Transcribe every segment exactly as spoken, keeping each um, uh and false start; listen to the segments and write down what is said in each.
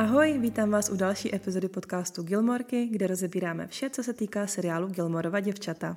Ahoj, vítám vás u další epizody podcastu Gilmorky, kde rozebíráme vše, co se týká seriálu Gilmorova děvčata.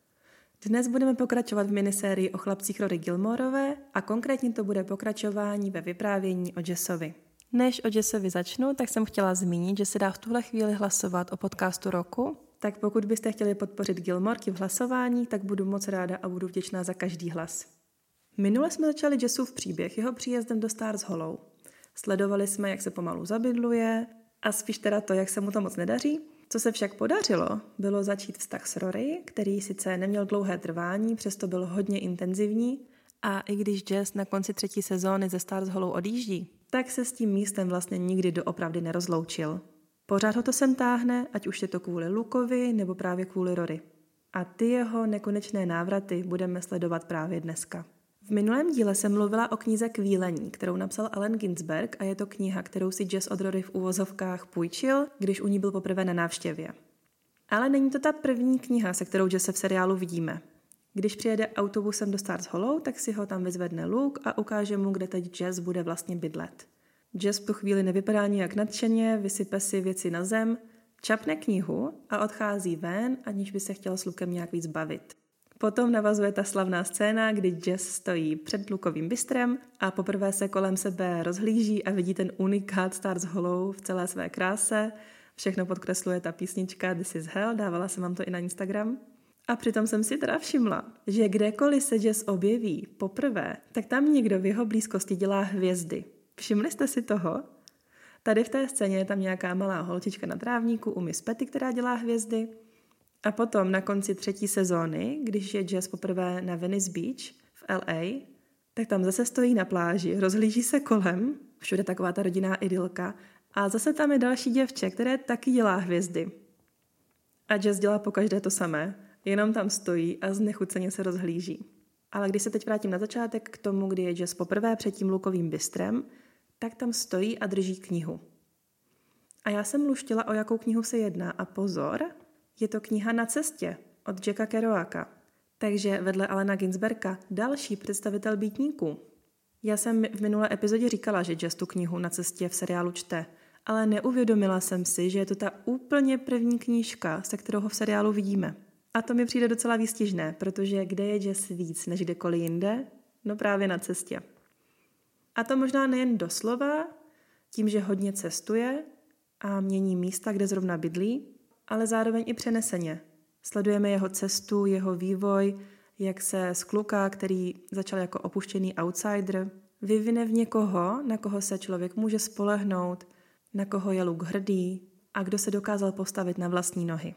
Dnes budeme pokračovat v minisérii o chlapcích Rory Gilmorové a konkrétně to bude pokračování ve vyprávění o Jessovi. Než o Jessovi začnu, tak jsem chtěla zmínit, že se dá v tuhle chvíli hlasovat o podcastu roku, tak pokud byste chtěli podpořit Gilmorky v hlasování, tak budu moc ráda a budu vděčná za každý hlas. Minule jsme začali Jessův příběh jeho příjezdem do Stars Hollow. Sledovali jsme, jak se pomalu zabydluje a spíš teda to, jak se mu to moc nedaří. Co se však podařilo, bylo začít vztah s Rory, který sice neměl dlouhé trvání, přesto byl hodně intenzivní a i když Jess na konci třetí sezóny ze Stars Hollow odjíždí, tak se s tím místem vlastně nikdy doopravdy nerozloučil. Pořád ho to sem táhne, ať už je to kvůli Lukovi nebo právě kvůli Rory. A ty jeho nekonečné návraty budeme sledovat právě dneska. V minulém díle jsem mluvila o knize Kvílení, kterou napsal Allen Ginsberg a je to kniha, kterou si Jess od Rory v uvozovkách půjčil, když u ní byl poprvé na návštěvě. Ale není to ta první kniha, se kterou Jesse v seriálu vidíme. Když přijede autobusem do Stars Hollow, tak si ho tam vyzvedne Luke a ukáže mu, kde teď Jess bude vlastně bydlet. Jess v tu chvíli nevypadá nijak nadšeně, vysype si věci na zem, čapne knihu a odchází ven, aniž by se chtěl s Lukem nějak víc bavit. Potom navazuje ta slavná scéna, kdy Jess stojí před Lukovým bistrem a poprvé se kolem sebe rozhlíží a vidí ten unikát Stars Hollow v celé své kráse. Všechno podkresluje ta písnička This is Hell, dávala jsem vám to i na Instagram. A přitom jsem si teda všimla, že kdekoliv se Jess objeví poprvé, tak tam někdo v jeho blízkosti dělá hvězdy. Všimli jste si toho? Tady v té scéně je tam nějaká malá holčička na trávníku u Miss Petty, která dělá hvězdy. A potom na konci třetí sezóny, když je Jess poprvé na Venice Beach v L A, tak tam zase stojí na pláži, rozhlíží se kolem, všude taková ta rodinná idylka, a zase tam je další děvče, které taky dělá hvězdy. A Jess dělá pokaždé to samé, jenom tam stojí a znechuceně se rozhlíží. Ale když se teď vrátím na začátek k tomu, kdy je Jess poprvé před tím Lukovým bistrem, tak tam stojí a drží knihu. A já jsem luštila, o jakou knihu se jedná a pozor, je to kniha Na cestě od Jacka Kerouaka, takže vedle Allena Ginsberga další představitel býtníků. Já jsem v minulé epizodě říkala, že Jess tu knihu Na cestě v seriálu čte, ale neuvědomila jsem si, že je to ta úplně první knížka, se kterou ho v seriálu vidíme. A to mi přijde docela výstižné, protože kde je Jess víc než kdekoliv jinde? No právě na cestě. A to možná nejen doslova, tím, že hodně cestuje a mění místa, kde zrovna bydlí, ale zároveň i přeneseně. Sledujeme jeho cestu, jeho vývoj, jak se z kluka, který začal jako opuštěný outsider, vyvine v někoho, na koho se člověk může spolehnout, na koho je Luke hrdý a kdo se dokázal postavit na vlastní nohy.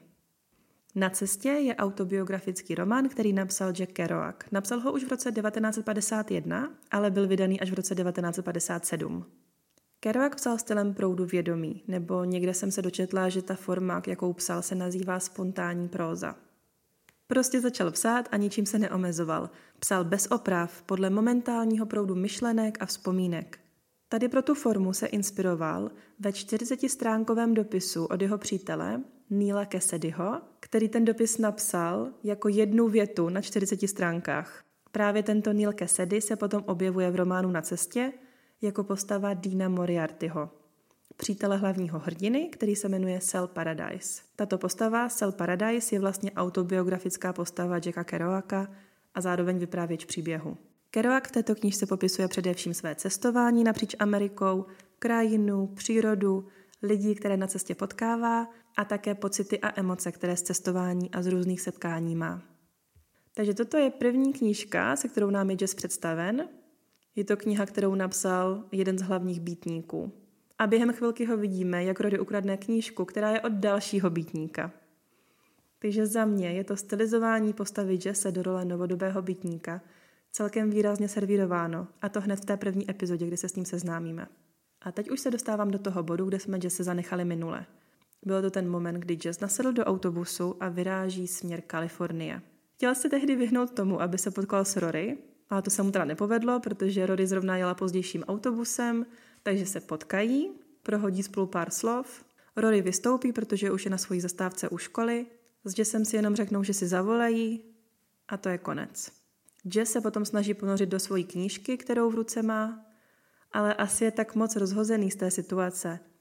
Na cestě je autobiografický román, který napsal Jack Kerouac. Napsal ho už v roce devatenáct set padesát jedna, ale byl vydaný až v roce devatenáct set padesát sedm. Kerouac psal stylem proudu vědomí, nebo někde jsem se dočetla, že ta forma, jakou psal, se nazývá spontánní próza. Prostě začal psát a ničím se neomezoval. Psal bez oprav, podle momentálního proudu myšlenek a vzpomínek. Tady pro tu formu se inspiroval ve čtyřicetistránkovém dopisu od jeho přítele Neila Cassidyho, který ten dopis napsal jako jednu větu na čtyřiceti stránkách. Právě tento Neil Cassidy se potom objevuje v románu Na cestě jako postava Deana Moriartyho, přítele hlavního hrdiny, který se jmenuje Sal Paradise. Tato postava, Sal Paradise, je vlastně autobiografická postava Jacka Kerouaca a zároveň vyprávěč příběhu. Kerouac v této knížce popisuje především své cestování napříč Amerikou, krajinu, přírodu, lidi, které na cestě potkává a také pocity a emoce, které z cestování a z různých setkání má. Takže toto je první knížka, se kterou nám je Jess představen. Je to kniha, kterou napsal jeden z hlavních býtníků. A během chvilky ho vidíme, jak Rory ukradne knížku, která je od dalšího býtníka. Takže za mě je to stylizování postavy Jesse do role novodobého býtníka celkem výrazně servírováno, a to hned v té první epizodě, kdy se s ním seznámíme. A teď už se dostávám do toho bodu, kde jsme Jesse zanechali minule. Bylo to ten moment, kdy Jess nasedl do autobusu a vyráží směr Kalifornie. Chtěl se tehdy vyhnout tomu, aby se potkal s Rory, ale to se mu teda nepovedlo, protože Rory zrovna jela pozdějším autobusem, takže se potkají, prohodí spolu pár slov. Rory vystoupí, protože už je na svojí zastávce u školy. S Jessem si jenom řeknou, že si zavolají a to je konec. Jess se potom snaží ponořit do svojí knížky, kterou v ruce má, ale asi je tak moc rozhozený z té situace,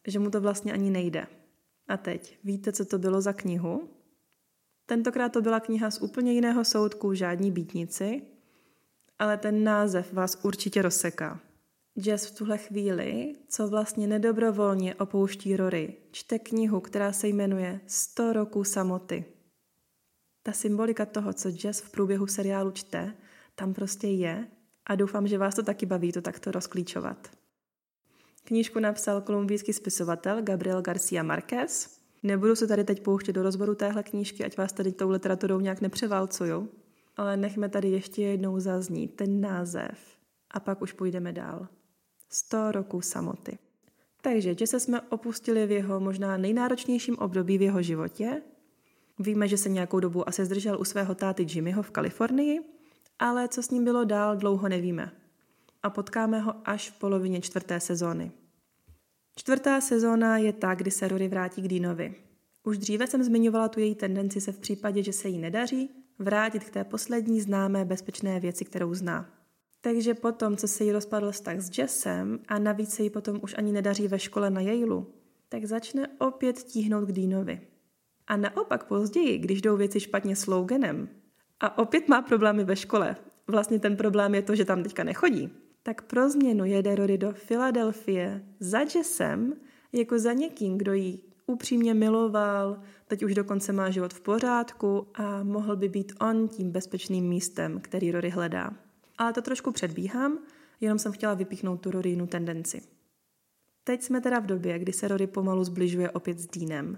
že mu to vlastně ani nejde. A teď, víte, co to bylo za knihu? Tentokrát to byla kniha z úplně jiného soudku, žádní býtnici, ale ten název vás určitě rozseká. Jess v tuhle chvíli, co vlastně nedobrovolně opouští Rory, čte knihu, která se jmenuje sto roků samoty. Ta symbolika toho, co Jess v průběhu seriálu čte, tam prostě je a doufám, že vás to taky baví to takto rozklíčovat. Knížku napsal kolumbijský spisovatel Gabriel García Márquez. Nebudu se tady teď pouštět do rozboru téhle knížky, ať vás tady tou literaturou nějak nepřeválcuju, ale nechme tady ještě jednou zaznít ten název a pak už půjdeme dál. sto roků samoty. Takže Jesse jsme opustili v jeho možná nejnáročnějším období v jeho životě. Víme, že se nějakou dobu asi zdržel u svého táty Jimmyho v Kalifornii, ale co s ním bylo dál, dlouho nevíme. A potkáme ho až v polovině čtvrté sezóny. Čtvrtá sezóna je ta, kdy se Rory vrátí k Deanovi. Už dříve jsem zmiňovala tu její tendenci se v případě, že se jí nedaří, vrátit k té poslední známé bezpečné věci, kterou zná. Takže potom, co se jí rozpadl vztah s Jessem a navíc se jí potom už ani nedaří ve škole na Yaleu, tak začne opět tíhnout k Deanovi. A naopak později, když jdou věci špatně s Loganem a opět má problémy ve škole, vlastně ten problém je to, že tam teďka nechodí, tak pro změnu jede Rory do Filadelfie za Jessem jako za někým, kdo jí upřímně miloval, teď už dokonce má život v pořádku a mohl by být on tím bezpečným místem, který Rory hledá. Ale to trošku předbíhám, jenom jsem chtěla vypíchnout tu Roryinu tendenci. Teď jsme teda v době, kdy se Rory pomalu zbližuje opět s Deanem.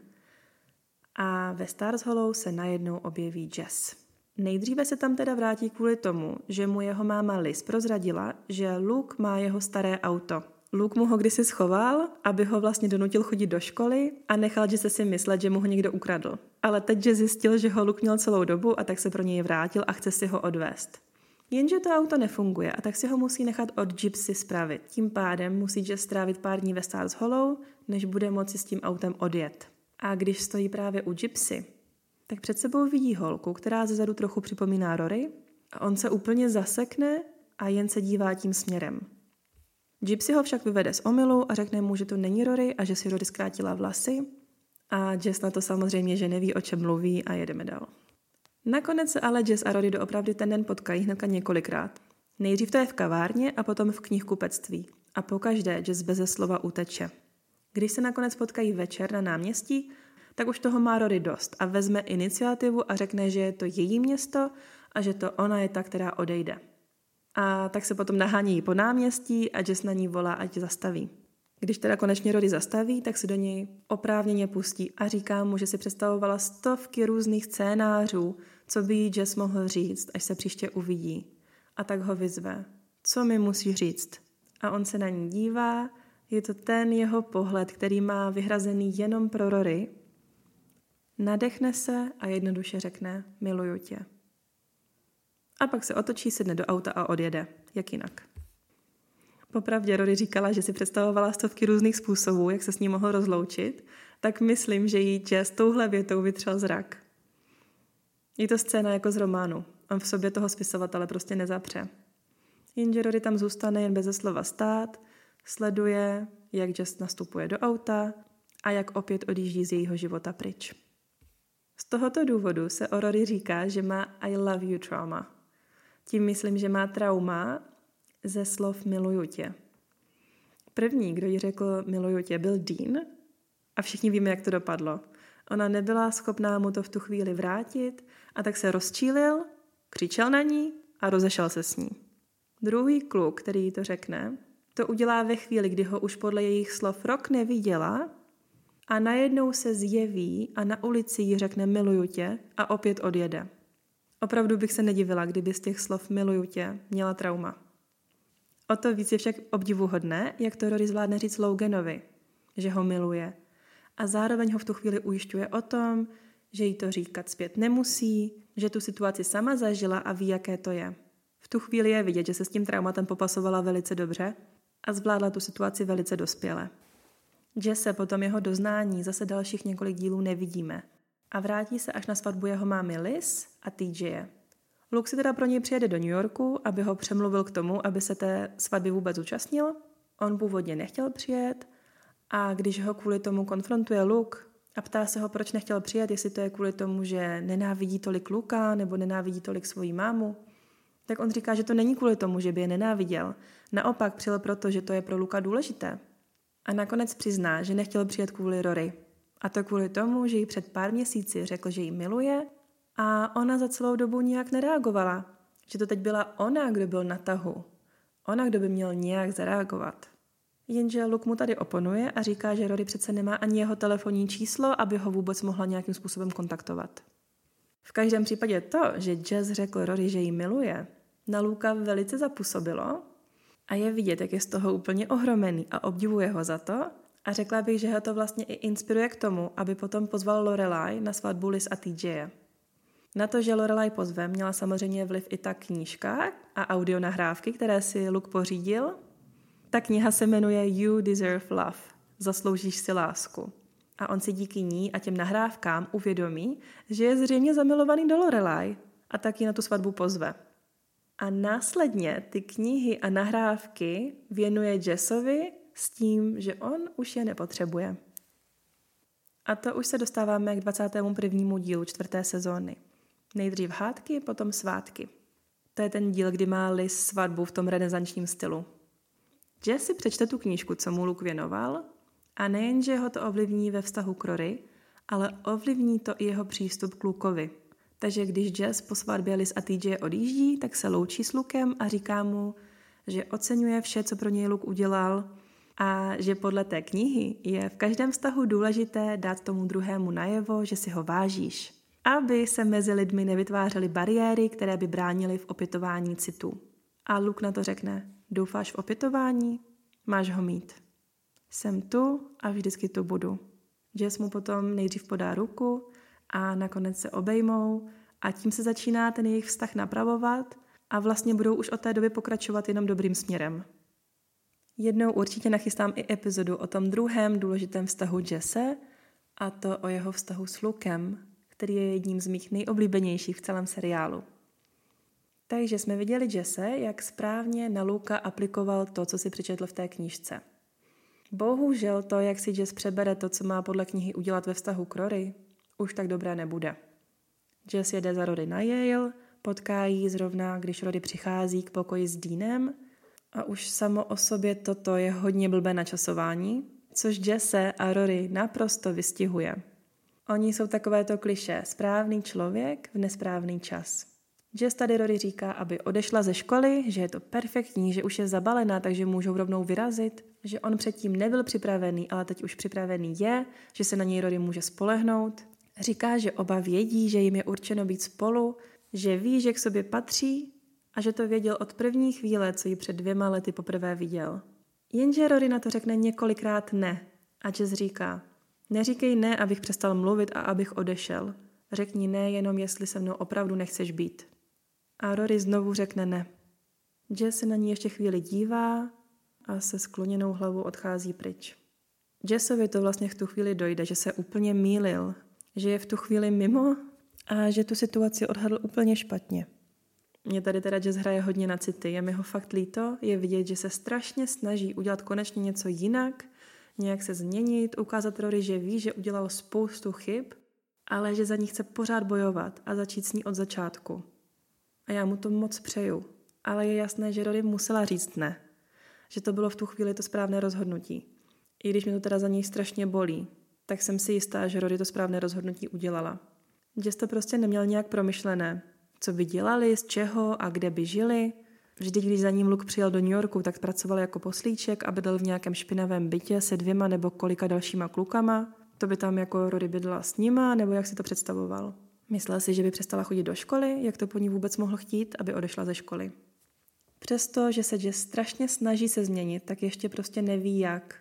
A ve Stars Hollow se najednou objeví Jess. Nejdříve se tam teda vrátí kvůli tomu, že mu jeho máma Liz prozradila, že Luke má jeho staré auto. Luke mu ho kdysi schoval, aby ho vlastně donutil chodit do školy a nechal Jesse si myslet, že mu ho někdo ukradl. Ale teď Jess zjistil, že ho Luke měl celou dobu a tak se pro něj vrátil a chce si ho odvést. Jenže to auto nefunguje a tak si ho musí nechat od Gypsy spravit. Tím pádem musí Jess strávit pár dní ve Stars Hollow, než bude moci s tím autem odjet. A když stojí právě u Gypsy, tak před sebou vidí holku, která zezadu trochu připomíná Rory a on se úplně zasekne a jen se dívá tím směrem. Gypsy ho však vyvede z omylu a řekne mu, že to není Rory a že si Rory zkrátila vlasy a Jess na to samozřejmě, že neví, o čem mluví a jedeme dál. Nakonec se ale Jess a Rory doopravdy ten den potkají hnedka několikrát. Nejdřív to je v kavárně a potom v knihkupectví. A pokaždé Jess beze slova uteče. Když se nakonec potkají večer na náměstí, tak už toho má Rory dost a vezme iniciativu a řekne, že je to její město a že to ona je ta, která odejde. A tak se potom nahání po náměstí a Jess na ní volá, ať zastaví. Když teda konečně Rory zastaví, tak se do něj oprávněně pustí a říká mu, že si představovala stovky různých scénářů, co by jí Jess mohl říct, až se příště uvidí. A tak ho vyzve. Co mi musí říct? A on se na ní dívá, je to ten jeho pohled, který má vyhrazený jenom pro Rory. Nadechne se a jednoduše řekne, miluju tě. A pak se otočí, sedne do auta a odjede. Jak jinak? Popravdě Rory říkala, že si představovala stovky různých způsobů, jak se s ní mohl rozloučit, tak myslím, že jí Jess touhle větou vytřel zrak. Je to scéna jako z románu. On v sobě toho spisovatele prostě nezapře. Jenže Rory tam zůstane jen beze slova stát, sleduje, jak Jess nastupuje do auta a jak opět odjíždí z jejího života pryč. Z tohoto důvodu se o Rory říká, že má I love you trauma. Tím myslím, že má trauma ze slov miluju tě. První, kdo jí řekl miluju tě, byl Dean a všichni víme, jak to dopadlo. Ona nebyla schopná mu to v tu chvíli vrátit a tak se rozčílil, křičel na ní a rozešel se s ní. Druhý kluk, který jí to řekne, to udělá ve chvíli, kdy ho už podle jejich slov rok neviděla a najednou se zjeví a na ulici jí řekne miluju tě a opět odjede. Opravdu bych se nedivila, kdyby z těch slov miluju tě měla trauma. O to víc je však obdivuhodné, jak to Rory zvládne říct Loganovi, že ho miluje. A zároveň ho v tu chvíli ujišťuje o tom, že jí to říkat zpět nemusí, že tu situaci sama zažila a ví, jaké to je. V tu chvíli je vidět, že se s tím traumatem popasovala velice dobře a zvládla tu situaci velice dospěle. Jesse potom jeho doznání zase dalších několik dílů nevidíme a vrátí se až na svatbu jeho mámy Liz a T J. Luke si teda pro něj přijede do New Yorku, aby ho přemluvil k tomu, aby se té svatby vůbec zúčastnil. On původně nechtěl přijet, A když ho kvůli tomu konfrontuje Luke a ptá se ho, proč nechtěl přijet, jestli to je kvůli tomu, že nenávidí tolik Luka nebo nenávidí tolik svoji mámu, tak on říká, že to není kvůli tomu, že by je nenáviděl. Naopak přijel proto, že to je pro Luka důležité. A nakonec přizná, že nechtěl přijet kvůli Rory. A to kvůli tomu, že jí před pár měsíci řekl, že ji miluje a ona za celou dobu nijak nereagovala. Že to teď byla ona, kdo byl na tahu. Ona, kdo by měl nějak zareagovat. Jenže Luke mu tady oponuje a říká, že Rory přece nemá ani jeho telefonní číslo, aby ho vůbec mohla nějakým způsobem kontaktovat. V každém případě to, že Jess řekl Rory, že ji miluje, na Luka velice zapůsobilo a je vidět, jak je z toho úplně ohromený a obdivuje ho za to a řekla bych, že ho to vlastně i inspiruje k tomu, aby potom pozval Lorelai na svatbu Liz a T J. Na to, že Lorelai pozve, měla samozřejmě vliv i ta knížka a audionahrávky, které si Luke pořídil. Ta kniha se jmenuje You Deserve Love, Zasloužíš si lásku. A on si díky ní a těm nahrávkám uvědomí, že je zřejmě zamilovaný do Lorelai a tak ji na tu svatbu pozve. A následně ty knihy a nahrávky věnuje Jessovi s tím, že on už je nepotřebuje. A to už se dostáváme k dvacátému prvnímu dílu čtvrté sezóny. Nejdřív hádky, potom svátky. To je ten díl, kdy má Liz svatbu v tom renesančním stylu. Jess si přečte tu knížku, co mu Luke věnoval, a nejenže ho to ovlivní ve vztahu k Rory, ale ovlivní to i jeho přístup k Lukovi. Takže když Jess po svatbě Liz a T J odjíždí, tak se loučí s Lukem a říká mu, že oceňuje vše, co pro něj Luke udělal a že podle té knihy je v každém vztahu důležité dát tomu druhému najevo, že si ho vážíš, aby se mezi lidmi nevytvářely bariéry, které by bránily v opětování citu. A Luke na to řekne, doufáš v opětování? Máš ho mít. Jsem tu a vždycky tu budu. Jess mu potom nejdřív podá ruku a nakonec se obejmou a tím se začíná ten jejich vztah napravovat a vlastně budou už od té doby pokračovat jenom dobrým směrem. Jednou určitě nachystám i epizodu o tom druhém důležitém vztahu Jesse, a to o jeho vztahu s Lukem, který je jedním z mých nejoblíbenějších v celém seriálu. Takže jsme viděli Jesse, jak správně na Luka aplikoval to, co si přečetl v té knížce. Bohužel to, jak si Jess přebere to, co má podle knihy udělat ve vztahu k Rory, už tak dobré nebude. Jess jede za Rory na Yale, potká jí zrovna, když Rory přichází k pokoji s Deanem a už samo o sobě toto je hodně blbé načasování, což Jesse a Rory naprosto vystihuje. Oni jsou takovéto klišé, správný člověk v nesprávný čas. Jess tady Rory říká, aby odešla ze školy, že je to perfektní, že už je zabalená, takže můžou rovnou vyrazit, že on předtím nebyl připravený, ale teď už připravený je, že se na něj Rory může spolehnout. Říká, že oba vědí, že jim je určeno být spolu, že ví, že k sobě patří a že to věděl od první chvíle, co ji před dvěma lety poprvé viděl. Jenže Rory na to řekne několikrát ne a Jess říká, neříkej ne, abych přestal mluvit a abych odešel. Řekni ne, jenom jestli se mnou opravdu nechceš být. A Rory znovu řekne ne. Jess se na ní ještě chvíli dívá a se skloněnou hlavou odchází pryč. Jessovi to vlastně v tu chvíli dojde, že se úplně mýlil, že je v tu chvíli mimo a že tu situaci odhadl úplně špatně. Mě tady teda Jess hraje hodně na city, je mi ho fakt líto, je vidět, že se strašně snaží udělat konečně něco jinak, nějak se změnit, ukázat Rory, že ví, že udělal spoustu chyb, ale že za ní chce pořád bojovat a začít s ní od začátku. A já mu to moc přeju, ale je jasné, že Rory musela říct ne, že to bylo v tu chvíli to správné rozhodnutí. I když mě to teda za něj strašně bolí, tak jsem si jistá, že Rory to správné rozhodnutí udělala. Jess to prostě neměl nějak promyšlené. Co by dělali, z čeho a kde by žili. Vždyť, když za ním Luke přijel do New Yorku, tak pracoval jako poslíček a bydlel v nějakém špinavém bytě se dvěma nebo kolika dalšíma klukama. To by tam jako Rory bydlela s nima, nebo jak si to představoval. Myslel si, že by přestala chodit do školy, jak to po ní vůbec mohl chtít, aby odešla ze školy. Přesto, že se Jess strašně snaží se změnit, tak ještě prostě neví jak.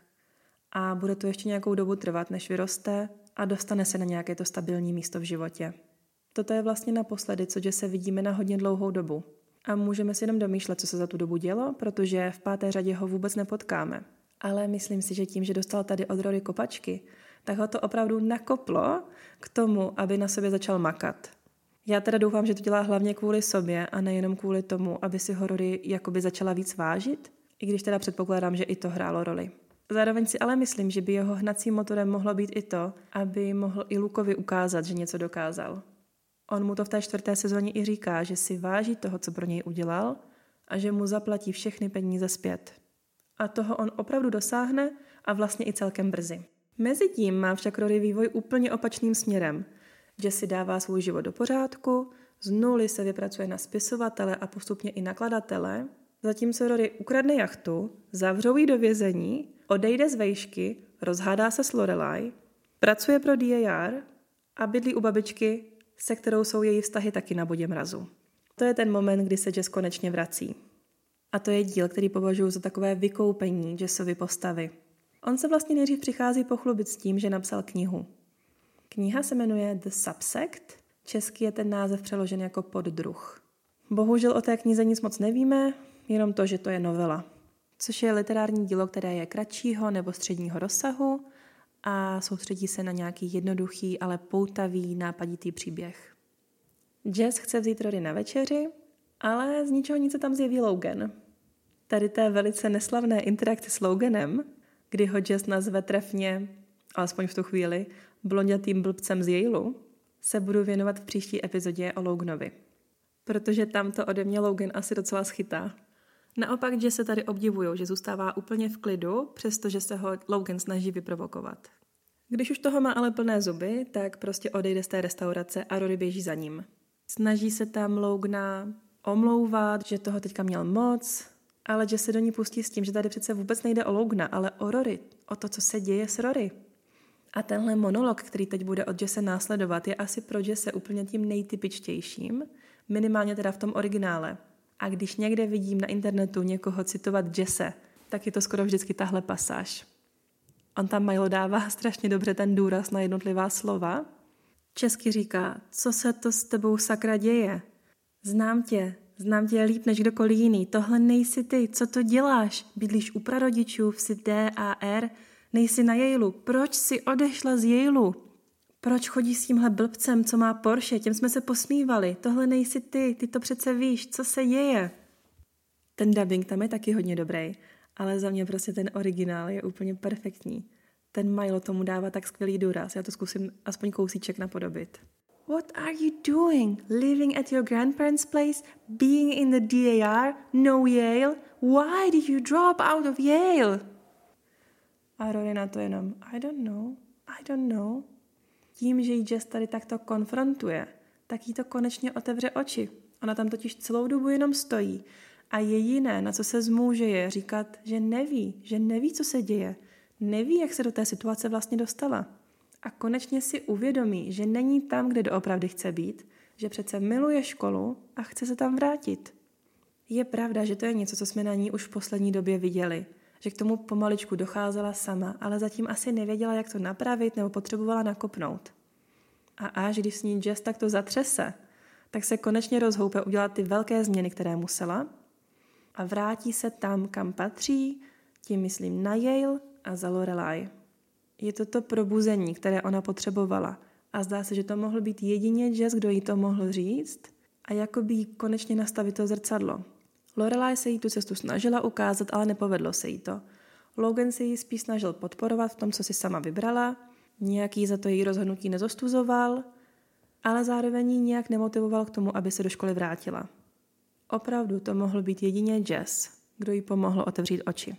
A bude to ještě nějakou dobu trvat, než vyroste a dostane se na nějaké to stabilní místo v životě. Toto je vlastně naposledy, co Jesse vidíme na hodně dlouhou dobu. A můžeme si jenom domýšlet, co se za tu dobu dělo, protože v páté řadě ho vůbec nepotkáme. Ale myslím si, že tím, že dostal tady od Rory kopačky, tak ho to opravdu nakoplo k tomu, aby na sobě začal makat. Já teda doufám, že to dělá hlavně kvůli sobě a nejenom kvůli tomu, aby si ho Rory jakoby začala víc vážit, i když teda předpokládám, že i to hrálo roli. Zároveň si ale myslím, že by jeho hnacím motorem mohlo být i to, aby mohl i Lukovi ukázat, že něco dokázal. On mu to v té čtvrté sezóně i říká, že si váží toho, co pro něj udělal a že mu zaplatí všechny peníze zpět. A toho on opravdu dosáhne a vlastně i celkem brzy. Mezitím má však Rory vývoj úplně opačným směrem. Jess si dává svůj život do pořádku, z nuly se vypracuje na spisovatele a postupně i nakladatele, zatímco Rory ukradne jachtu, zavřou ji do vězení, odejde z vejšky, rozhádá se s Lorelai, pracuje pro D A R a bydlí u babičky, se kterou jsou její vztahy taky na bodě mrazu. To je ten moment, kdy se Jess konečně vrací. A to je díl, který považuji za takové vykoupení Jessovy postavy. On se vlastně nejdřív přichází pochlubit s tím, že napsal knihu. Kniha se jmenuje The Subsect, česky je ten název přeložen jako poddruh. Bohužel o té knize nic moc nevíme, jenom to, že to je novela. Což je literární dílo, které je kratšího nebo středního rozsahu a soustředí se na nějaký jednoduchý, ale poutavý, nápaditý příběh. Jess chce vzít Rory na večeři, ale z ničeho nic se tam zjeví Logan. Tady té velice neslavné interakce s Loganem, kdy ho Jess nazve trefně, alespoň v tu chvíli, blondětým blbcem z Yaleu, se budu věnovat v příští epizodě o Loganovi. Protože tam to ode mě Logan asi docela schytá. Naopak, že se tady obdivují, že zůstává úplně v klidu, přestože se ho Logan snaží vyprovokovat. Když už toho má ale plné zuby, tak prostě odejde z té restaurace a Rory běží za ním. Snaží se tam Logana omlouvat, že toho teďka měl moc, ale že se do ní pustí s tím, že tady přece vůbec nejde o Logana, ale o Rory, o to, co se děje s Rory. A tenhle monolog, který teď bude od Jesse následovat, je asi pro Jesse úplně tím nejtypičtějším, minimálně teda v tom originále. A když někde vidím na internetu někoho citovat Jesse, tak je to skoro vždycky tahle pasáž. On tam Milo dává strašně dobře ten důraz na jednotlivá slova. Česky říká, co se to s tebou sakra děje? Znám tě, znám tě líp než kdokoliv jiný. Tohle nejsi ty, co to děláš? Bydlíš u prarodičů, jsi D A R, nejsi na Yaleu. Proč jsi odešla z Yaleu? Proč chodíš s tímhle blbcem, co má Porsche? Těm jsme se posmívali. Tohle nejsi ty, ty to přece víš, co se děje? Ten dubbing tam je taky hodně dobrý, ale za mě prostě ten originál je úplně perfektní. Ten Milo tomu dává tak skvělý důraz. Já to zkusím aspoň kousíček napodobit. What are you doing? Living at your grandparents' place? Being in the D A R? No Yale? Why did you drop out of Yale? A Rory na to jenom, I don't know, I don't know. Tím, že jí Jess tady takto konfrontuje, tak jí to konečně otevře oči. Ona tam totiž celou dobu jenom stojí. A jediné, na co se zmůže, je říkat, že neví, že neví, co se děje. Neví, jak se do té situace vlastně dostala. A konečně si uvědomí, že není tam, kde doopravdy chce být, že přece miluje školu a chce se tam vrátit. Je pravda, že to je něco, co jsme na ní už v poslední době viděli. Že k tomu pomaličku docházela sama, ale zatím asi nevěděla, jak to napravit nebo potřebovala nakopnout. A až když s ní Jess takto zatřese, tak se konečně rozhoupe udělat ty velké změny, které musela a vrátí se tam, kam patří, tím myslím na Yale a za Lorelai. Je to to probuzení, které ona potřebovala a zdá se, že to mohl být jedině Jess, kdo jí to mohl říct a jakoby jí konečně nastavit to zrcadlo. Lorelai se jí tu cestu snažila ukázat, ale nepovedlo se jí to. Logan se jí spíš snažil podporovat v tom, co si sama vybrala, nějaký za to její rozhodnutí nezostuzoval, ale zároveň jí nějak nemotivoval k tomu, aby se do školy vrátila. Opravdu to mohl být jedině Jess, kdo jí pomohl otevřít oči.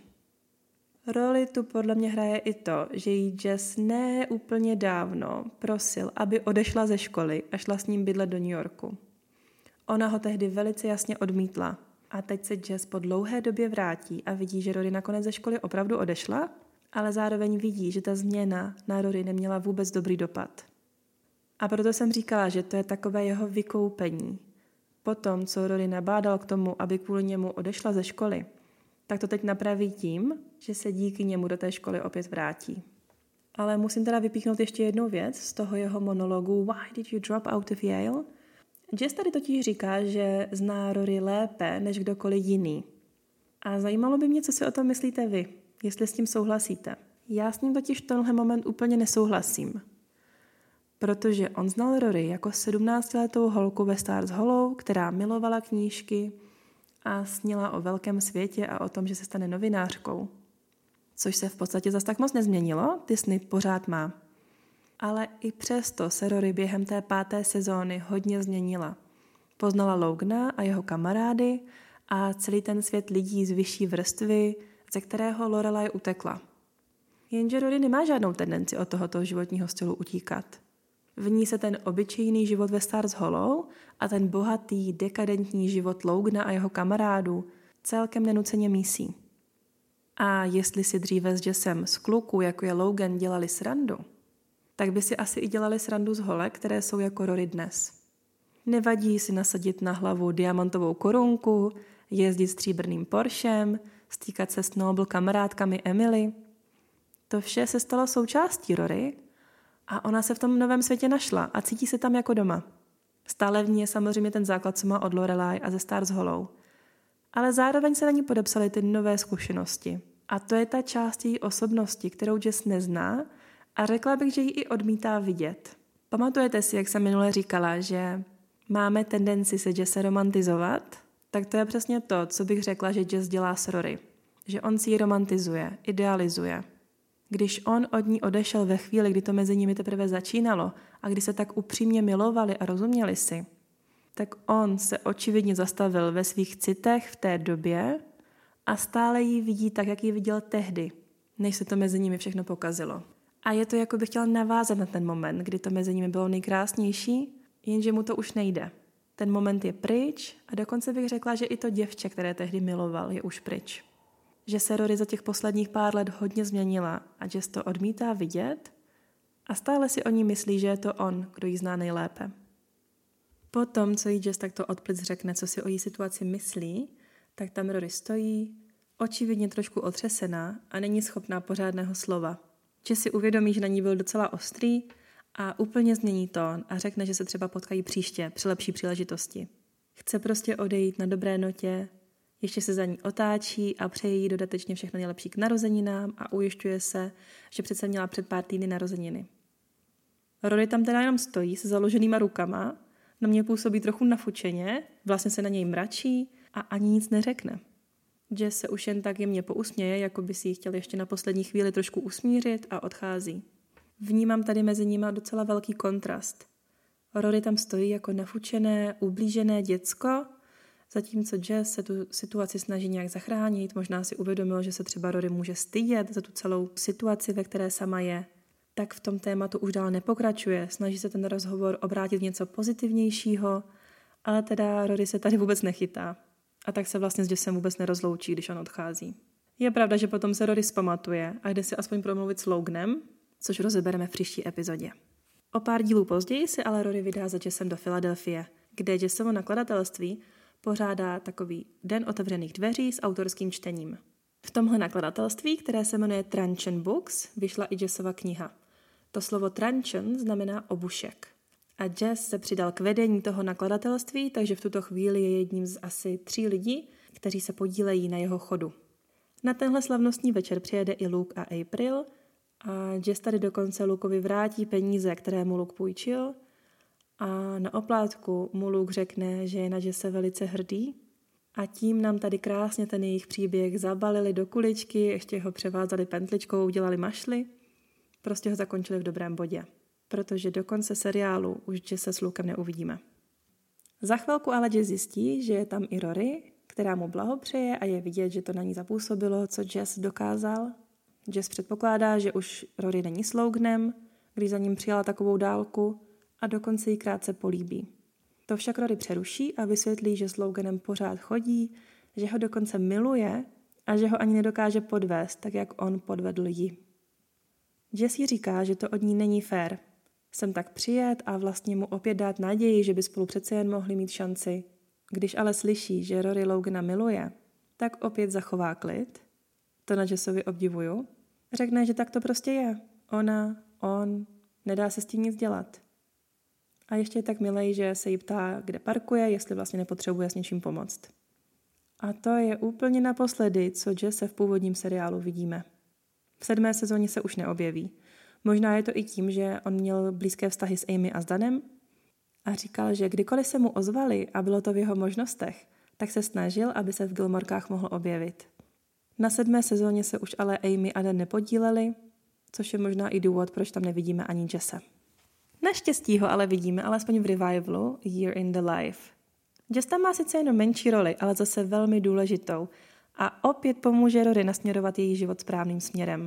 Roli tu podle mě hraje i to, že jí Jess ne úplně dávno prosil, aby odešla ze školy a šla s ním bydlet do New Yorku. Ona ho tehdy velice jasně odmítla. A teď se Jess po dlouhé době vrátí a vidí, že Rory nakonec ze školy opravdu odešla, ale zároveň vidí, že ta změna na Rory neměla vůbec dobrý dopad. A proto jsem říkala, že to je takové jeho vykoupení. Potom, co Rory nabádal k tomu, aby kvůli němu odešla ze školy, tak to teď napraví tím, že se díky němu do té školy opět vrátí. Ale musím teda vypíchnout ještě jednu věc z toho jeho monologu Why did you drop out of Yale? Jess tady totiž říká, že zná Rory lépe než kdokoliv jiný. A zajímalo by mě, co si o tom myslíte vy, jestli s tím souhlasíte. Já s ním totiž v tenhle moment úplně nesouhlasím. Protože on znal Rory jako sedmnáctiletou holku ve Stars Hollow, která milovala knížky a snila o velkém světě a o tom, že se stane novinářkou. což se v podstatě zas tak moc nezměnilo, ty sny pořád má. Ale i přesto se Rory během té páté sezóny hodně změnila. Poznala Logana a jeho kamarády a celý ten svět lidí z vyšší vrstvy, ze kterého Lorelai utekla. Jenže Rory nemá žádnou tendenci od tohoto životního stylu utíkat. V ní se ten obyčejný život ve Stars Hollow a ten bohatý, dekadentní život Logana a jeho kamarádů celkem nenuceně mísí. A jestli si dříve s Jessem z kluků, jako je Logan, dělali srandu, tak by si asi i dělali srandu z holek, které jsou jako Rory dnes. Nevadí si nasadit na hlavu diamantovou korunku, jezdit stříbrným Porschem, stýkat se s Noble kamarádkami Emily. To vše se stalo součástí Rory a ona se v tom novém světě našla a cítí se tam jako doma. Stále v ní je samozřejmě ten základ, co má od Lorelai a ze Stars Hollow. Ale zároveň se na ní podepsaly ty nové zkušenosti. A to je ta část její osobnosti, kterou Jess nezná a řekla bych, že ji i odmítá vidět. Pamatujete si, jak jsem minule říkala, že máme tendenci se Jesse romantizovat? Tak to je přesně to, co bych řekla, že Jess dělá s Rory. Že on si ji romantizuje, idealizuje. Když on od ní odešel ve chvíli, kdy to mezi nimi teprve začínalo a kdy se tak upřímně milovali a rozuměli si, tak on se očividně zastavil ve svých citech v té době a stále ji vidí tak, jak ji viděl tehdy, než se to mezi nimi všechno pokazilo. A je to, jako by chtěl navázat na ten moment, kdy to mezi nimi bylo nejkrásnější, jenže mu to už nejde. Ten moment je pryč a dokonce bych řekla, že i to děvče, které tehdy miloval, je už pryč. Že se Rory za těch posledních pár let hodně změnila a Jess to odmítá vidět a stále si o ní myslí, že je to on, kdo ji zná nejlépe. Potom, co jí Jess takto odplic řekne, co si o její situaci myslí, tak tam Rory stojí, očividně trošku otřesená a není schopná pořádného slova. Jess si uvědomí, že na ní byl docela ostrý a úplně změní tón a řekne, že se třeba potkají příště při lepší příležitosti. Chce prostě odejít na dobré notě, ještě se za ní otáčí a přeje jí dodatečně všechno nejlepší k narozeninám a ujišťuje se, že přece měla před pár týdny narozeniny. Rory tam teda jenom stojí se založenýma rukama, na mě působí trochu nafučeně, vlastně se na něj mračí a ani nic neřekne. Jess se už jen tak jemně pousměje, jako by si ji chtěl ještě na poslední chvíli trošku usmířit a odchází. Vnímám tady mezi nima docela velký kontrast. Rory tam stojí jako nafučené, ublížené děcko, zatímco Jess se tu situaci snaží nějak zachránit, možná si uvědomil, že se třeba Rory může stydět za tu celou situaci, ve které sama je. Tak v tom tématu už dál nepokračuje, snaží se ten rozhovor obrátit v něco pozitivnějšího, ale teda Rory se tady vůbec nechytá. A tak se vlastně s Jessem vůbec nerozloučí, když on odchází. Je pravda, že potom se Rory zpamatuje a jde si aspoň promluvit s Loganem, což rozebereme v příští epizodě. O pár dílů později se ale Rory vydá za Jessem do Filadelfie, kde Jessovo nakladatelství pořádá takový den otevřených dveří s autorským čtením. V tomhle nakladatelství, které se jmenuje Truncheon Books, vyšla i Jessova kniha. To slovo truncheon znamená obušek. A Jess se přidal k vedení toho nakladatelství, takže v tuto chvíli je jedním z asi tří lidí, kteří se podílejí na jeho chodu. Na tenhle slavnostní večer přijede i Luke a April a Jess tady dokonce Lukeovi vrátí peníze, které mu Luke půjčil a na oplátku mu Luke řekne, že je na Jesse velice hrdý a tím nám tady krásně ten jejich příběh zabalili do kuličky, ještě ho převázali pentličkou, udělali mašly, prostě ho zakončili v dobrém bodě, protože do konce seriálu už Jesse s Lukem neuvidíme. Za chvilku ale Jess zjistí, že je tam i Rory, která mu blahopřeje a je vidět, že to na ní zapůsobilo, co Jess dokázal. Jess předpokládá, že už Rory není s Loganem, když za ním přijala takovou dálku a dokonce ji krátce políbí. To však Rory přeruší a vysvětlí, že s Loganem pořád chodí, že ho dokonce miluje a že ho ani nedokáže podvést, tak jak on podvedl ji. Jess jí říká, že to od ní není fér. Jsem tak přijet a vlastně mu opět dát naději, že by spolu přece jen mohli mít šanci. Když ale slyší, že Rory Logana miluje, tak opět zachová klid. To na Jessovi obdivuju. Řekne, že tak to prostě je. Ona, on, nedá se s tím nic dělat. A ještě je tak milej, že se jí ptá, kde parkuje, jestli vlastně nepotřebuje s něčím pomoct. A to je úplně naposledy, co Jesse v původním seriálu vidíme. V sedmé sezóně se už neobjeví. Možná je to i tím, že on měl blízké vztahy s Amy a s Danem a říkal, že kdykoliv se mu ozvali a bylo to v jeho možnostech, tak se snažil, aby se v Gilmorkách mohl objevit. Na sedmé sezóně se už ale Amy a Dan nepodíleli, což je možná i důvod, proč tam nevidíme ani Jesse. Naštěstí ho ale vidíme alespoň v revivalu Year in the Life. Jess tam má sice jenom menší roli, ale zase velmi důležitou a opět pomůže Rory nasměrovat její život správným směrem.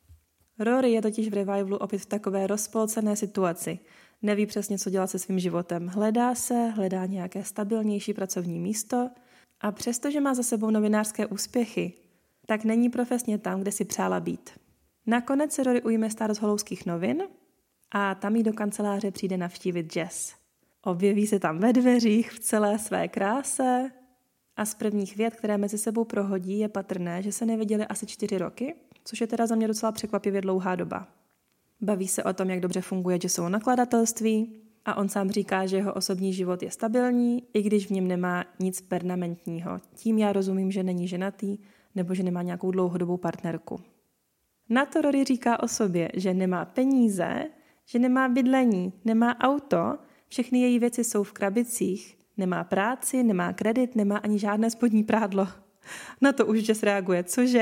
Rory je totiž v revivalu opět v takové rozpolcené situaci. Neví přesně, co dělat se svým životem. Hledá se, hledá nějaké stabilnější pracovní místo a přestože má za sebou novinářské úspěchy, tak není profesně tam, kde si přála být. Nakonec se Rory ujme stát z Hollowských novin a tam jí do kanceláře přijde navštívit Jess. Objeví se tam ve dveřích v celé své kráse a z prvních vět, které mezi sebou prohodí, je patrné, že se neviděli asi čtyři roky, což je teda za mě docela překvapivě dlouhá doba. Baví se o tom, jak dobře funguje Jessovo nakladatelství a on sám říká, že jeho osobní život je stabilní, i když v něm nemá nic permanentního. Tím já rozumím, že není ženatý nebo že nemá nějakou dlouhodobou partnerku. Na to Rory říká o sobě, že nemá peníze, že nemá bydlení, nemá auto, všechny její věci jsou v krabicích, nemá práci, nemá kredit, nemá ani žádné spodní prádlo. Na to už Jess reaguje, cože?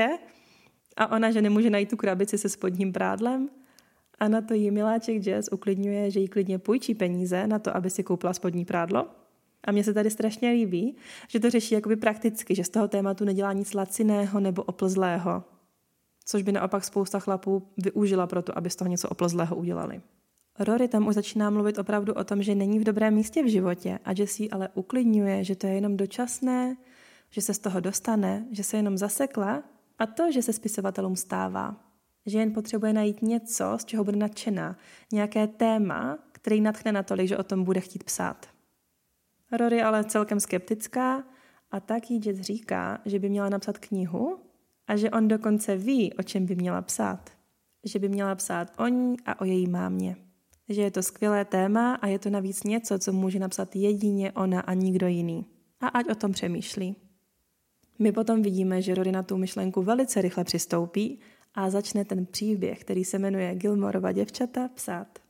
A ona, že nemůže najít tu krabici se spodním prádlem? A na to jí miláček Jess uklidňuje, že jí klidně půjčí peníze na to, aby si koupila spodní prádlo. A mně se tady strašně líbí, že to řeší jakoby prakticky, že z toho tématu nedělá nic laciného nebo oplzlého. Což by naopak spousta chlapů využila pro to, aby z toho něco oplzlého udělali. Rory tam už začíná mluvit opravdu o tom, že není v dobrém místě v životě a Jess jí ale uklidňuje, že to je jenom dočasné, že se z toho dostane, že se jenom zasekla a to, že se spisovatelům stává. Že jen potřebuje najít něco, z čeho bude nadšená, nějaké téma, který natchne natolik, že o tom bude chtít psát. Rory ale celkem skeptická a tak jí Jess říká, že by měla napsat knihu a že on dokonce ví, o čem by měla psát. Že by měla psát o ní a o její mámě. Že je to skvělé téma a je to navíc něco, co může napsat jedině ona a nikdo jiný. A ať o tom přemýšlí. My potom vidíme, že Rory na tu myšlenku velice rychle přistoupí a začne ten příběh, který se jmenuje Gilmorova děvčata, psát.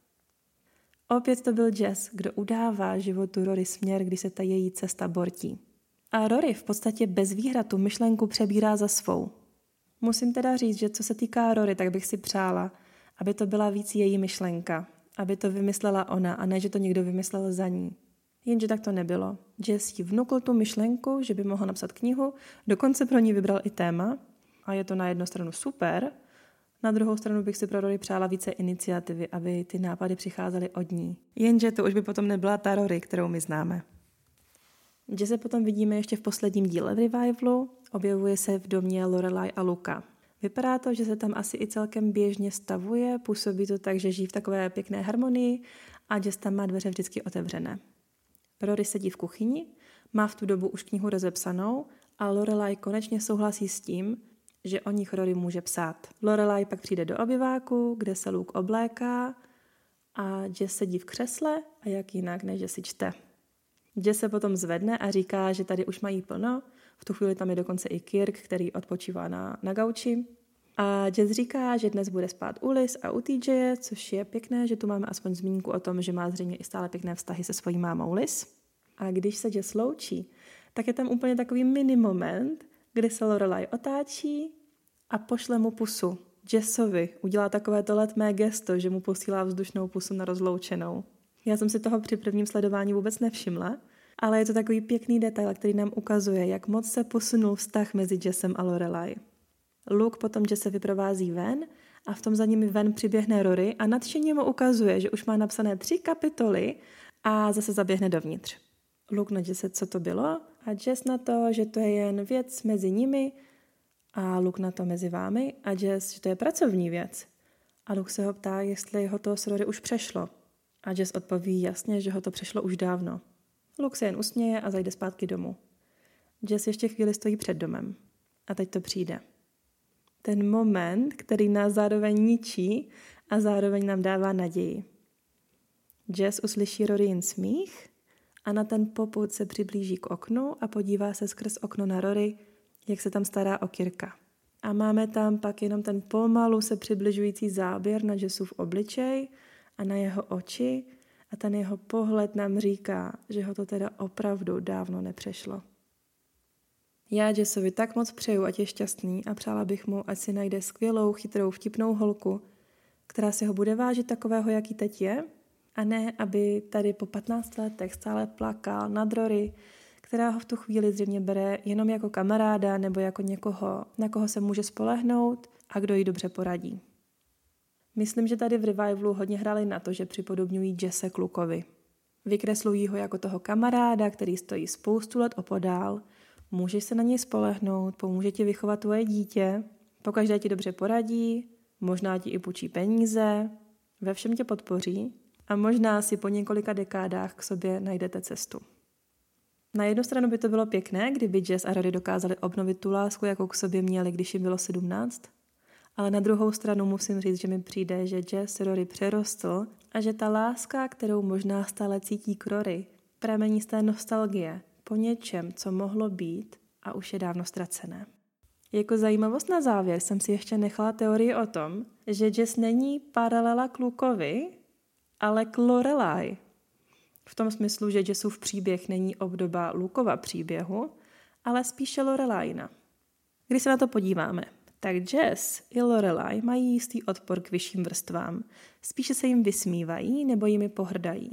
Opět to byl Jess, kdo udává životu Rory směr, kdy se ta její cesta bortí. A Rory v podstatě bez výhrad tu myšlenku přebírá za svou. Musím teda říct, že co se týká Rory, tak bych si přála, aby to byla víc její myšlenka, aby to vymyslela ona a ne, že to někdo vymyslel za ní. Jenže tak to nebylo. Jess jí vnukl tu myšlenku, že by mohla napsat knihu, dokonce pro ní vybral i téma a je to na jednu stranu super, na druhou stranu bych si pro Rory přála více iniciativy, aby ty nápady přicházely od ní. Jenže to už by potom nebyla ta Rory, kterou my známe. Jess se potom vidíme ještě v posledním díle v revivalu, objevuje se v domě Lorelai a Luka. Vypadá to, že se tam asi i celkem běžně stavuje, působí to tak, že žijí v takové pěkné harmonii a Jess tam má dveře vždycky otevřené. Rory sedí v kuchyni, má v tu dobu už knihu rozepsanou a Lorelai konečně souhlasí s tím, že o nich Rory může psát. Lorelai pak přijde do obyváku, kde se Luke obléká a Jess sedí v křesle a jak jinak, než že si čte. Jess se potom zvedne a říká, že tady už mají plno. V tu chvíli tam je dokonce i Kirk, který odpočívá na, na gauči. A Jess říká, že dnes bude spát u Liz a u T J, což je pěkné, že tu máme aspoň zmínku o tom, že má zřejmě i stále pěkné vztahy se svojí mámou Liz. A když se Jess loučí, tak je tam úplně takový mini moment, kdy se Lorelai otáčí a pošle mu pusu. Jessovi udělá takovéto letmé gesto, že mu posílá vzdušnou pusu na rozloučenou. Já jsem si toho při prvním sledování vůbec nevšimla, ale je to takový pěkný detail, který nám ukazuje, jak moc se posunul vztah mezi Jessem a Lorelai. Luke potom Jesse vyprovází ven a v tom za nimi ven přiběhne Rory a nadšeně mu ukazuje, že už má napsané tři kapitoly a zase zaběhne dovnitř. Luke na Jesse, co to bylo, a Jess na to, že to je jen věc mezi nimi a Luke na to mezi vámi a Jess, že to je pracovní věc. A Luke se ho ptá, jestli ho to s Rory už přešlo. A Jess odpoví jasně, že ho to přešlo už dávno. Luke se jen usměje a zajde zpátky domů. Jess ještě chvíli stojí před domem. A teď to přijde. Ten moment, který nás zároveň ničí a zároveň nám dává naději. Jess uslyší Rory jen smích a na ten popud se přiblíží k oknu a podívá se skrz okno na Rory, jak se tam stará o Kirka. A máme tam pak jenom ten pomalu se přibližující záběr na Jessův obličej a na jeho oči a ten jeho pohled nám říká, že ho to teda opravdu dávno nepřešlo. Já Jessovi tak moc přeju, ať je šťastný a přála bych mu, ať si najde skvělou, chytrou, vtipnou holku, která si ho bude vážit takového, jaký teď je, a ne, aby tady po patnácti letech stále plakal nad Rory, která ho v tu chvíli zřejmě bere jenom jako kamaráda nebo jako někoho, na koho se může spolehnout a kdo jí dobře poradí. Myslím, že tady v Revivalu hodně hráli na to, že připodobňují Jesse k Lukeovi. Vykreslují ho jako toho kamaráda, který stojí spoustu let opodál, můžeš se na něj spolehnout, pomůže ti vychovat tvoje dítě, pokaždé ti dobře poradí, možná ti i půjčí peníze, ve všem tě podpoří a možná si po několika dekádách k sobě najdete cestu. Na jednu stranu by to bylo pěkné, kdyby Jess a Rory dokázali obnovit tu lásku, jakou k sobě měli, když jim bylo sedmnáct, ale na druhou stranu musím říct, že mi přijde, že Jess Rory přerostl a že ta láska, kterou možná stále cítí k Rory, pramení z té nostalgie po něčem, co mohlo být a už je dávno ztracené. Jako zajímavost na závěr jsem si ještě nechala teorii o tom, že Jess není paralela k Lukeovi, ale k Lorelai. V tom smyslu, že Jessův příběh není obdoba Lukeova příběhu, ale spíše Lorelaina. Když se na to podíváme, tak Jess i Lorelai mají jistý odpor k vyšším vrstvám. Spíše se jim vysmívají nebo jimi pohrdají.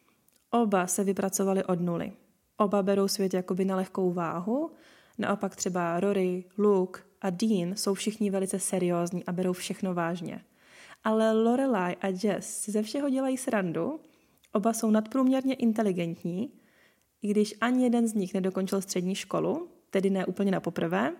Oba se vypracovali od nuly. Oba berou svět jakoby na lehkou váhu, naopak třeba Rory, Luke a Dean jsou všichni velice seriózní a berou všechno vážně. Ale Lorelai a Jess si ze všeho dělají srandu, oba jsou nadprůměrně inteligentní, i když ani jeden z nich nedokončil střední školu, tedy ne úplně na poprvé.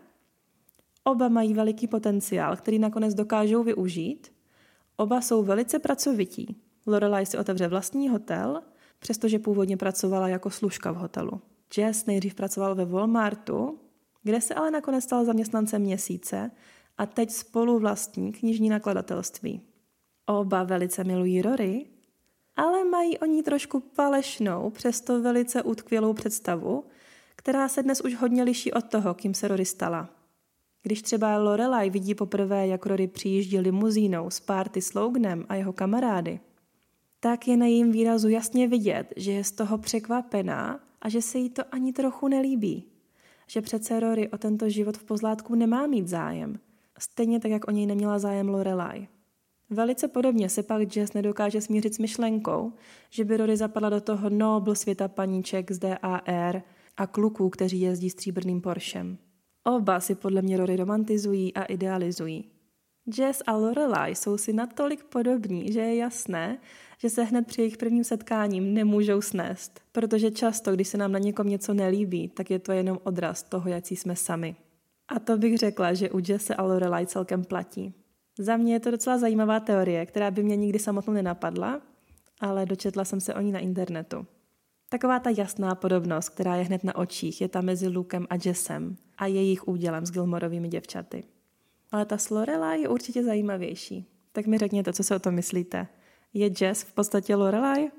Oba mají veliký potenciál, který nakonec dokážou využít. Oba jsou velice pracovití. Lorelai si otevře vlastní hotel, přestože původně pracovala jako služka v hotelu. Jess nejdřív pracoval ve Walmartu, kde se ale nakonec stal zaměstnancem měsíce a teď spolu vlastní knižní nakladatelství. Oba velice milují Rory, ale mají o ní trošku falešnou, přesto velice utkvělou představu, která se dnes už hodně liší od toho, kým se Rory stala. Když třeba Lorelai vidí poprvé, jak Rory přijíždí limuzínou z party s Loganem a jeho kamarády, tak je na jejím výrazu jasně vidět, že je z toho překvapená a že se jí to ani trochu nelíbí. Že přece Rory o tento život v pozlátku nemá mít zájem. Stejně tak, jak o něj neměla zájem Lorelai. Velice podobně se pak Jess nedokáže smířit s myšlenkou, že by Rory zapadla do toho nobl světa paníček z D A R a kluků, kteří jezdí stříbrným Porschem. Oba si podle mě Rory romantizují a idealizují. Jess a Lorelai jsou si natolik podobní, že je jasné, že se hned při jejich prvním setkáním nemůžou snést, protože často, když se nám na někom něco nelíbí, tak je to jenom odraz toho, jaký jsme sami. A to bych řekla, že u Jesse a Lorelai celkem platí. Za mě je to docela zajímavá teorie, která by mě nikdy samotnou nenapadla, ale dočetla jsem se o ní na internetu. Taková ta jasná podobnost, která je hned na očích, je ta mezi Lukem a Jessem a jejich údělem s Gilmorovými děvčaty. Ale ta s Lorelai je určitě zajímavější. Tak mi řekněte, co si o tom myslíte. Je Jess v podstatě Lorelai?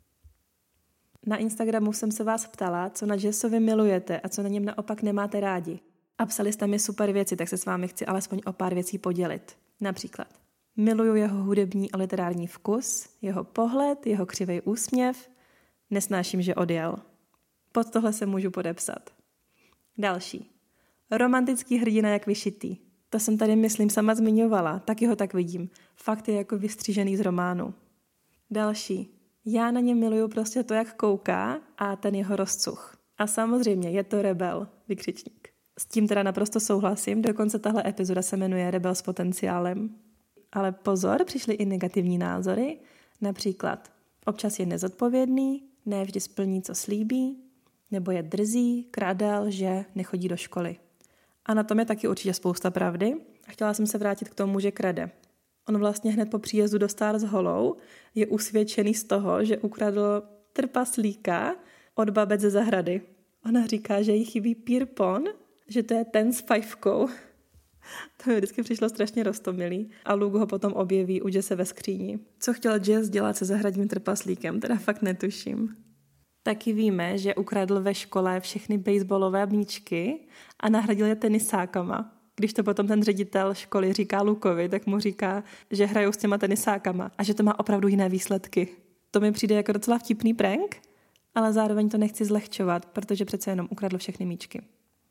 Na Instagramu jsem se vás ptala, co na Jessovi milujete a co na něm naopak nemáte rádi. A psali jste mi super věci, tak se s vámi chci alespoň o pár věcí podělit. Například miluju jeho hudební a literární vkus, jeho pohled, jeho křivej úsměv, nesnáším, že odjel. Pod tohle se můžu podepsat. Další. Romantický hrdina jak vyšitý. To jsem tady, myslím, sama zmiňovala, taky ho tak vidím. Fakt je jako vystřížený z románu. Další. Já na něm miluju prostě to, jak kouká a ten jeho rozcuch. A samozřejmě je to rebel, vykřičník. S tím teda naprosto souhlasím, dokonce tahle epizoda se jmenuje Rebel s potenciálem. Ale pozor, přišly i negativní názory, například občas je nezodpovědný, ne vždy splní, co slíbí, nebo je drzý, krade, lže, nechodí do školy. A na tom je taky určitě spousta pravdy. A chtěla jsem se vrátit k tomu, že krade. On vlastně hned po příjezdu do Stars Hollow je usvědčený z toho, že ukradl trpaslíka od babet ze zahrady. Ona říká, že jí chybí pírpon, že to je ten s fajfkou. To mi vždycky přišlo strašně roztomilý. A Luke ho potom objeví u Jesse ve skříni. Co chtěl Jess dělat se zahradním trpaslíkem, teda fakt netuším. Taky víme, že ukradl ve škole všechny baseballové míčky a nahradil je tenisákama. Když to potom ten ředitel školy říká Lukovi, tak mu říká, že hrajou s těma tenisákama a že to má opravdu jiné výsledky. To mi přijde jako docela vtipný prank, ale zároveň to nechci zlehčovat, protože přece jenom ukradl všechny míčky.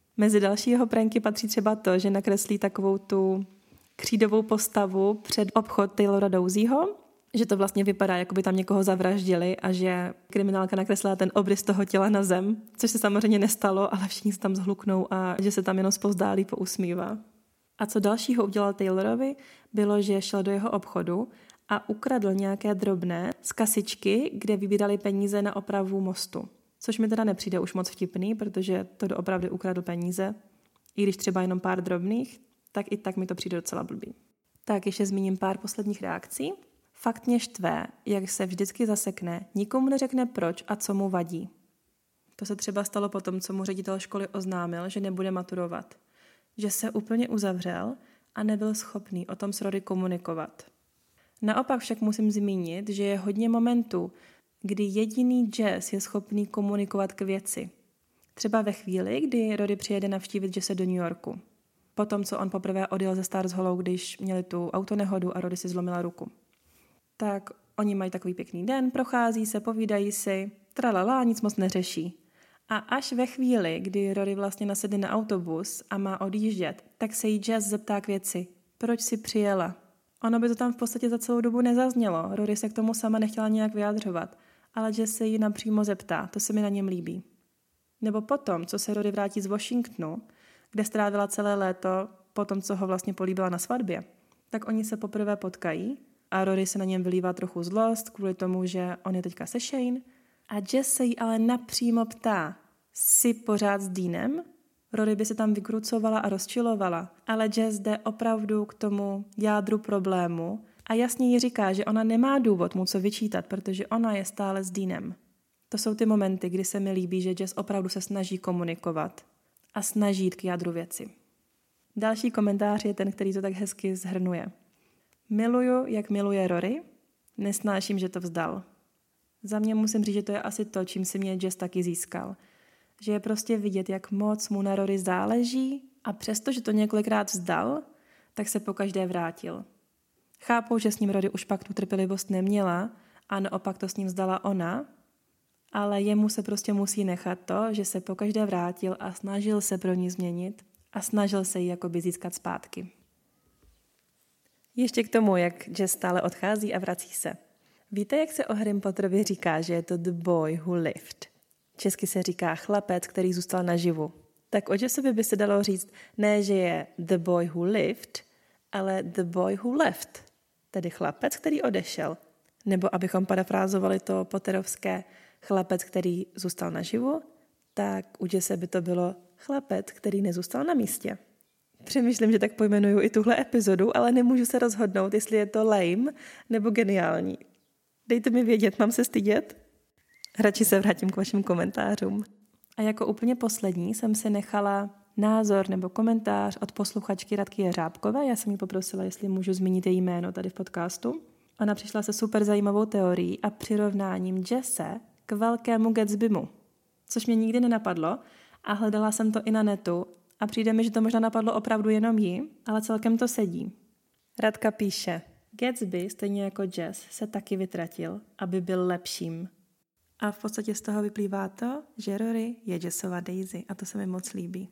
Mezi další jeho pranky patří třeba to, že nakreslí takovou tu křídovou postavu před obchod Taylora Douseyho, že to vlastně vypadá, jako by tam někoho zavraždili a že kriminálka nakreslila ten obrys toho těla na zem, což se samozřejmě nestalo, ale všichni se tam zhluknou a že se tam jenom zpozdálí pousmívá. A co dalšího udělal Taylorovi, bylo, že šel do jeho obchodu a ukradl nějaké drobné z kasičky, kde vybírali peníze na opravu mostu. Což mi teda nepřijde už moc vtipný, protože to doopravdy ukradl peníze. I když třeba jenom pár drobných, tak i tak mi to přijde docela blbý. Tak ještě zmíním pár posledních reakcí. Fakt mě štve, jak se vždycky zasekne, nikomu neřekne proč a co mu vadí. To se třeba stalo potom, co mu ředitel školy oznámil, že nebude maturovat. Že se úplně uzavřel a nebyl schopný o tom s Rory komunikovat. Naopak však musím zmínit, že je hodně momentů, kdy jediný Jess je schopný komunikovat k věci. Třeba ve chvíli, kdy Rory přijede navštívit Jesse do New Yorku. Potom, co on poprvé odjel ze Stars Hollow, když měli tu autonehodu a Rory si zlomila ruku. Tak oni mají takový pěkný den, prochází se, povídají si, tralala, nic moc neřeší. A až ve chvíli, kdy Rory vlastně nasedne na autobus a má odjíždět, tak se jí Jess zeptá k věci. Proč si přijela? Ono by to tam v podstatě za celou dobu nezaznělo. Rory se k tomu sama nechtěla nějak vyjadřovat. Ale Jess se jí napřímo zeptá. To se mi na něm líbí. Nebo potom, co se Rory vrátí z Washingtonu, kde strávila celé léto po tom, co ho vlastně políbila na svatbě, tak oni se poprvé potkají a Rory se na něm vylívá trochu zlost kvůli tomu, že on je teďka se Shane. A Jess se jí ale napřímo ptá, jsi pořád s Deanem? Rory by se tam vykrucovala a rozčilovala, ale Jess jde opravdu k tomu jádru problému a jasně jí říká, že ona nemá důvod mu co vyčítat, protože ona je stále s Deanem. To jsou ty momenty, kdy se mi líbí, že Jess opravdu se snaží komunikovat a snaží jít k jádru věci. Další komentář je ten, který to tak hezky shrnuje. Miluju, jak miluje Rory, nesnáším, že to vzdal. Za mě musím říct, že to je asi to, čím si mě Jess taky získal. Že je prostě vidět, jak moc mu na Rory záleží a přesto, že to několikrát vzdal, tak se pokaždé vrátil. Chápu, že s ním Rory už pak tu trpělivost neměla a naopak to s ním vzdala ona, ale jemu se prostě musí nechat to, že se pokaždé vrátil a snažil se pro ní změnit a snažil se ji jakoby získat zpátky. Ještě k tomu, jak Jess stále odchází a vrací se. Víte, jak se o Harrym Potterovi říká, že je to the boy who lived? Česky se říká chlapec, který zůstal naživu. Tak o Jessovi by se dalo říct ne, že je the boy who lived, ale the boy who left, tedy chlapec, který odešel. Nebo abychom parafrázovali to potterovské chlapec, který zůstal naživu, tak u Jesse by to bylo chlapec, který nezůstal na místě. Přemýšlím, že tak pojmenuju i tuhle epizodu, ale nemůžu se rozhodnout, jestli je to lame nebo geniální. Dejte mi vědět, mám se stydět? Radši se vrátím k vašim komentářům. A jako úplně poslední jsem si nechala názor nebo komentář od posluchačky Radky Jeřábkové. Já jsem ji poprosila, jestli můžu zmínit její jméno tady v podcastu. Ona přišla se super zajímavou teorií a přirovnáním Jesse k velkému Gatsbymu, což mě nikdy nenapadlo a hledala jsem to i na netu a přijde mi, že to možná napadlo opravdu jenom jí, ale celkem to sedí. Radka píše, Gatsby, stejně jako Jess, se taky vytratil, aby byl lepším. A v podstatě z toho vyplývá to, že Rory je Jessova Daisy a to se mi moc líbí.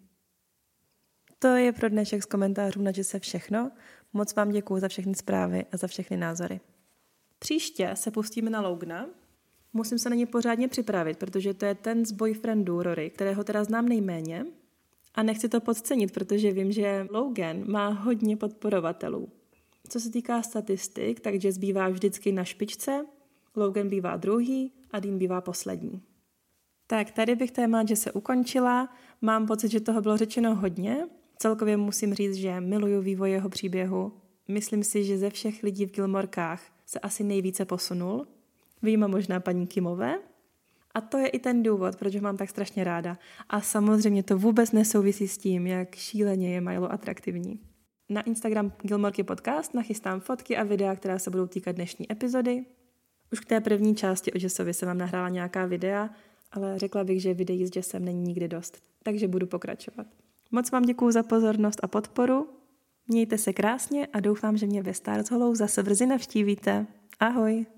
To je pro dnešek z komentářů na Jesse všechno. Moc vám děkuju za všechny zprávy a za všechny názory. Příště se pustíme na Logana. Musím se na ně pořádně připravit, protože to je ten z boyfriendů Rory, kterého teda znám nejméně. A nechci to podcenit, protože vím, že Logan má hodně podporovatelů. Co se týká statistik, tak Jess bývá vždycky na špičce, Logan bývá druhý a Dean bývá poslední. Tak tady bych téma Jesse ukončila. Mám pocit, že toho bylo řečeno hodně. Celkově musím říct, že miluju vývoj jeho příběhu. Myslím si, že ze všech lidí v Gilmorkách se asi nejvíce posunul. Vyjma možná paní Kimové. A to je i ten důvod, proč ho mám tak strašně ráda. A samozřejmě to vůbec nesouvisí s tím, jak šíleně je Milo atraktivní. Na Instagram Gilmorky podcast nachystám fotky a videa, která se budou týkat dnešní epizody. Už k té první části o Jessovi jsem vám nahrála nějaká videa, ale řekla bych, že videí s Jessem není nikdy dost, takže budu pokračovat. Moc vám děkuju za pozornost a podporu. Mějte se krásně a doufám, že mě ve Stars Hollow zase brzy navštívíte. Ahoj!